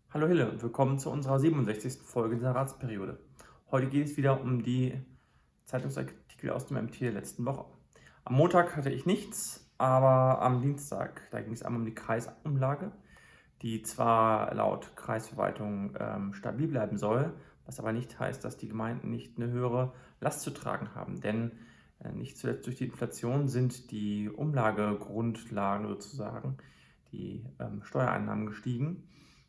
Hallo Hille und willkommen zu unserer 67. Folge dieser Ratsperiode. Heute geht es wieder um die Zeitungsartikel aus dem MT der letzten Woche. Am Montag hatte ich nichts, aber am Dienstag, da ging es einmal um die Kreisumlage, die zwar laut Kreisverwaltung stabil bleiben soll, was aber nicht heißt, dass die Gemeinden nicht eine höhere Last zu tragen haben. Denn nicht zuletzt durch die Inflation sind die Umlagegrundlagen sozusagen, die Steuereinnahmen gestiegen.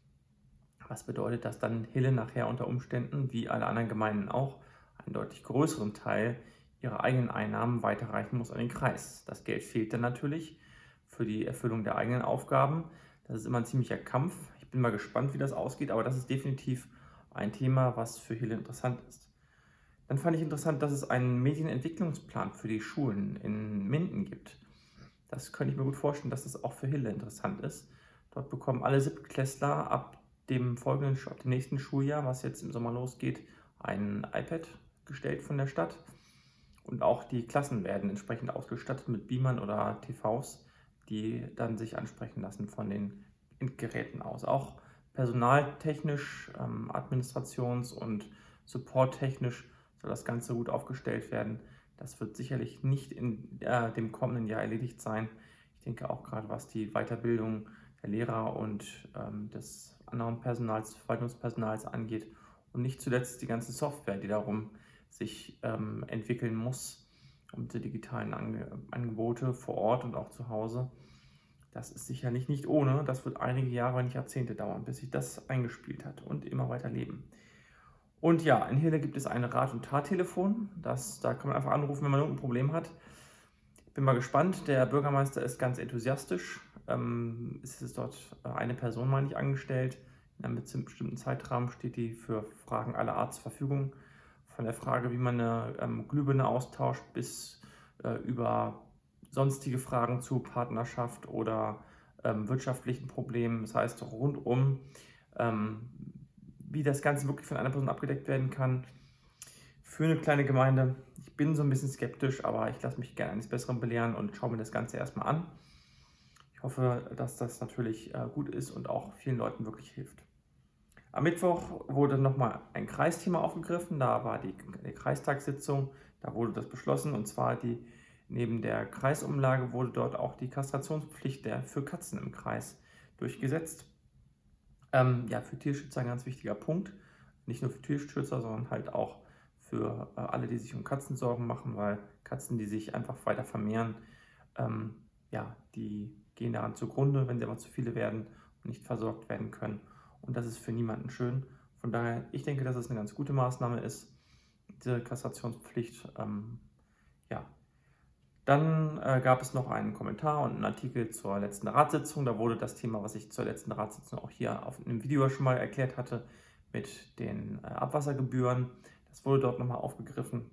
Was bedeutet, dass dann Hille nachher unter Umständen, wie alle anderen Gemeinden auch, einen deutlich größeren Teil ihrer eigenen Einnahmen weiterreichen muss an den Kreis. Das Geld fehlt dann natürlich für die Erfüllung der eigenen Aufgaben. Das ist immer ein ziemlicher Kampf. Ich bin mal gespannt, wie das ausgeht, aber das ist definitiv ein Thema, was für Hille interessant ist. Dann fand ich interessant, dass es einen Medienentwicklungsplan für die Schulen in Minden gibt. Das könnte ich mir gut vorstellen, dass das auch für Hille interessant ist. Dort bekommen alle Siebtklässler ab dem nächsten Schuljahr, was jetzt im Sommer losgeht, ein iPad gestellt von der Stadt. Und auch die Klassen werden entsprechend ausgestattet mit Beamern oder TVs, die dann sich ansprechen lassen von den Endgeräten aus. Auch personaltechnisch, administrations- und supporttechnisch soll das Ganze gut aufgestellt werden. Das wird sicherlich nicht in dem kommenden Jahr erledigt sein. Ich denke auch gerade, was die Weiterbildung der Lehrer und des anderen Personals, Verwaltungspersonals angeht und nicht zuletzt die ganze Software, die darum sich entwickeln muss, um die digitalen Angebote vor Ort und auch zu Hause. Das ist sicherlich nicht ohne. Das wird einige Jahre, wenn nicht Jahrzehnte dauern, bis sich das eingespielt hat und immer weiter leben. Und ja, in Hille gibt es ein Rat- und Tat-Telefon. Da kann man einfach anrufen, wenn man irgendein Problem hat. Ich bin mal gespannt. Der Bürgermeister ist ganz enthusiastisch. Es ist dort eine Person, meine ich, angestellt. In einem bestimmten Zeitrahmen steht die für Fragen aller Art zur Verfügung. Von der Frage, wie man eine Glühbirne austauscht, bis über sonstige Fragen zu Partnerschaft oder wirtschaftlichen Problemen. Das heißt, rundum, wie das Ganze wirklich von einer Person abgedeckt werden kann. Für eine kleine Gemeinde, ich bin so ein bisschen skeptisch, aber ich lasse mich gerne eines Besseren belehren und schaue mir das Ganze erstmal an. Ich hoffe, dass das natürlich gut ist und auch vielen Leuten wirklich hilft. Am Mittwoch wurde nochmal ein Kreisthema aufgegriffen, da war die Kreistagssitzung, da wurde das beschlossen und zwar neben der Kreisumlage wurde dort auch die Kastrationspflicht für Katzen im Kreis durchgesetzt. Ja, für Tierschützer ein ganz wichtiger Punkt, nicht nur für Tierschützer, sondern halt auch für alle, die sich um Katzen Sorgen machen, weil Katzen, die sich einfach weiter vermehren, ja, die gehen daran zugrunde, wenn sie aber zu viele werden und nicht versorgt werden können. Und das ist für niemanden schön. Von daher, ich denke, dass es eine ganz gute Maßnahme ist, diese Kastrationspflicht. Ja. Dann gab es noch einen Kommentar und einen Artikel zur letzten Ratssitzung. Da wurde das Thema, was ich zur letzten Ratssitzung auch hier auf einem Video schon mal erklärt hatte, mit den Abwassergebühren. Das wurde dort nochmal aufgegriffen.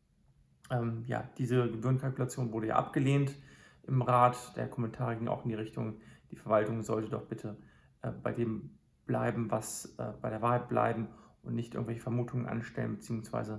Ja, diese Gebührenkalkulation wurde ja abgelehnt im Rat. Der Kommentar ging auch in die Richtung, die Verwaltung sollte doch bitte bei dem bleiben, was bei der Wahrheit bleiben und nicht irgendwelche Vermutungen anstellen bzw.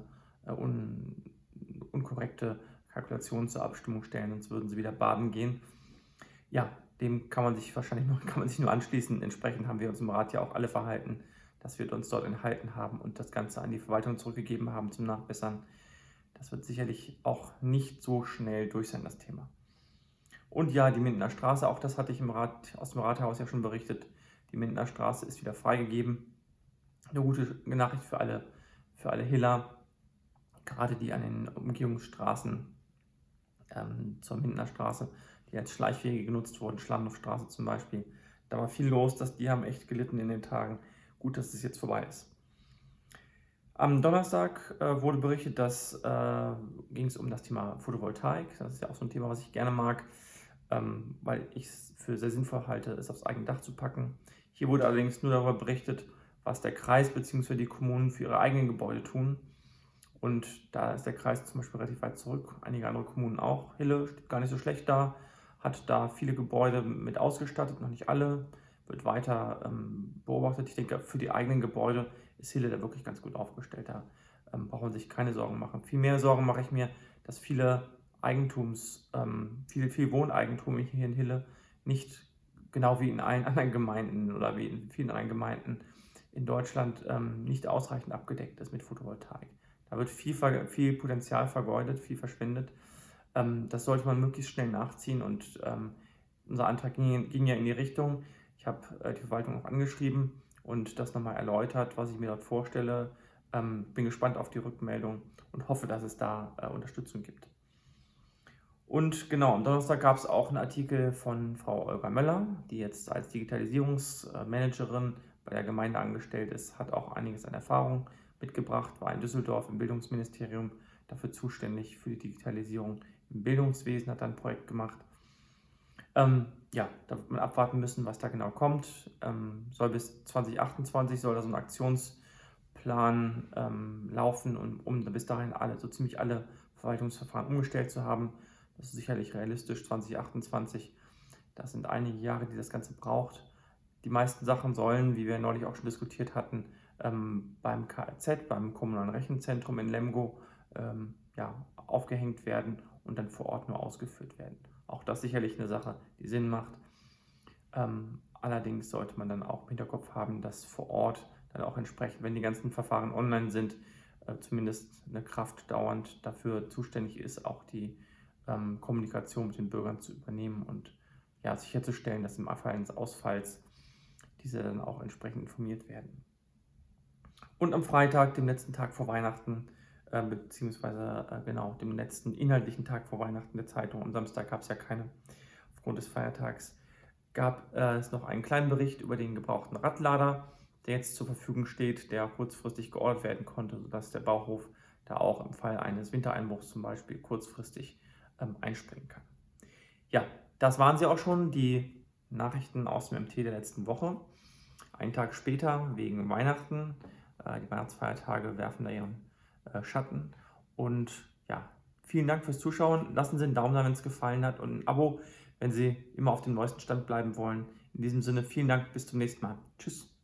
Unkorrekte Kalkulationen zur Abstimmung stellen, sonst würden sie wieder baden gehen. Ja, dem kann man sich nur anschließen. Entsprechend haben wir uns im Rat ja auch alle verhalten, dass wir uns dort enthalten haben und das Ganze an die Verwaltung zurückgegeben haben zum Nachbessern. Das wird sicherlich auch nicht so schnell durch sein, das Thema. Und ja, die Mindener Straße, auch das hatte ich aus dem Rathaus ja schon berichtet. Die Mindener Straße ist wieder freigegeben. Eine gute Nachricht für alle Hiller, gerade die an den Umgehungsstraßen zur Mindener Straße, die als Schleichwege genutzt wurden, Schlammluftstraße zum Beispiel. Da war viel los, die haben echt gelitten in den Tagen. Gut, dass es jetzt vorbei ist. Am Donnerstag wurde berichtet, ging es um das Thema Photovoltaik. Das ist ja auch so ein Thema, was ich gerne mag, weil ich es für sehr sinnvoll halte, es aufs eigene Dach zu packen. Hier wurde allerdings nur darüber berichtet, was der Kreis bzw. die Kommunen für ihre eigenen Gebäude tun. Und da ist der Kreis zum Beispiel relativ weit zurück, einige andere Kommunen auch. Hille steht gar nicht so schlecht da, hat da viele Gebäude mit ausgestattet, noch nicht alle, wird weiter beobachtet. Ich denke, für die eigenen Gebäude ist Hille da wirklich ganz gut aufgestellt. Da braucht man sich keine Sorgen machen. Viel mehr Sorgen mache ich mir, dass viel Wohneigentum hier in Hille nicht genau wie in allen anderen Gemeinden oder wie in vielen anderen Gemeinden in Deutschland nicht ausreichend abgedeckt ist mit Photovoltaik. Da wird viel Potenzial vergeudet, viel verschwendet. Das sollte man möglichst schnell nachziehen und unser Antrag ging ja in die Richtung. Ich habe die Verwaltung auch angeschrieben und das nochmal erläutert, was ich mir dort vorstelle. Bin gespannt auf die Rückmeldung und hoffe, dass es da Unterstützung gibt. Und genau, am Donnerstag gab es auch einen Artikel von Frau Olga Möller, die jetzt als Digitalisierungsmanagerin bei der Gemeinde angestellt ist, hat auch einiges an Erfahrung mitgebracht, war in Düsseldorf im Bildungsministerium dafür zuständig für die Digitalisierung im Bildungswesen, hat dann ein Projekt gemacht. Ja, da wird man abwarten müssen, was da genau kommt. Soll bis 2028 soll da so ein Aktionsplan laufen, und um bis dahin so ziemlich alle Verwaltungsverfahren umgestellt zu haben. Das ist sicherlich realistisch, 2028. Das sind einige Jahre, die das Ganze braucht. Die meisten Sachen sollen, wie wir neulich auch schon diskutiert hatten, beim KRZ, beim Kommunalen Rechenzentrum in Lemgo, aufgehängt werden und dann vor Ort nur ausgeführt werden. Auch das sicherlich eine Sache, die Sinn macht. Allerdings sollte man dann auch im Hinterkopf haben, dass vor Ort dann auch entsprechend, wenn die ganzen Verfahren online sind, zumindest eine Kraft dauernd dafür zuständig ist, auch die Kommunikation mit den Bürgern zu übernehmen und sicherzustellen, dass im Fall eines Ausfalls diese dann auch entsprechend informiert werden. Und am Freitag, dem letzten Tag vor Weihnachten, beziehungsweise dem letzten inhaltlichen Tag vor Weihnachten der Zeitung, am Samstag gab es ja keine, aufgrund des Feiertags, gab es noch einen kleinen Bericht über den gebrauchten Radlader, der jetzt zur Verfügung steht, der kurzfristig geordert werden konnte, sodass der Bauhof da auch im Fall eines Wintereinbruchs zum Beispiel kurzfristig einspringen kann. Ja, das waren sie auch schon, die Nachrichten aus dem MT der letzten Woche. Einen Tag später, wegen Weihnachten, die Weihnachtsfeiertage werfen da ihren Schatten. Und ja, vielen Dank fürs Zuschauen. Lassen Sie einen Daumen da, wenn es gefallen hat, und ein Abo, wenn Sie immer auf dem neuesten Stand bleiben wollen. In diesem Sinne, vielen Dank, bis zum nächsten Mal. Tschüss.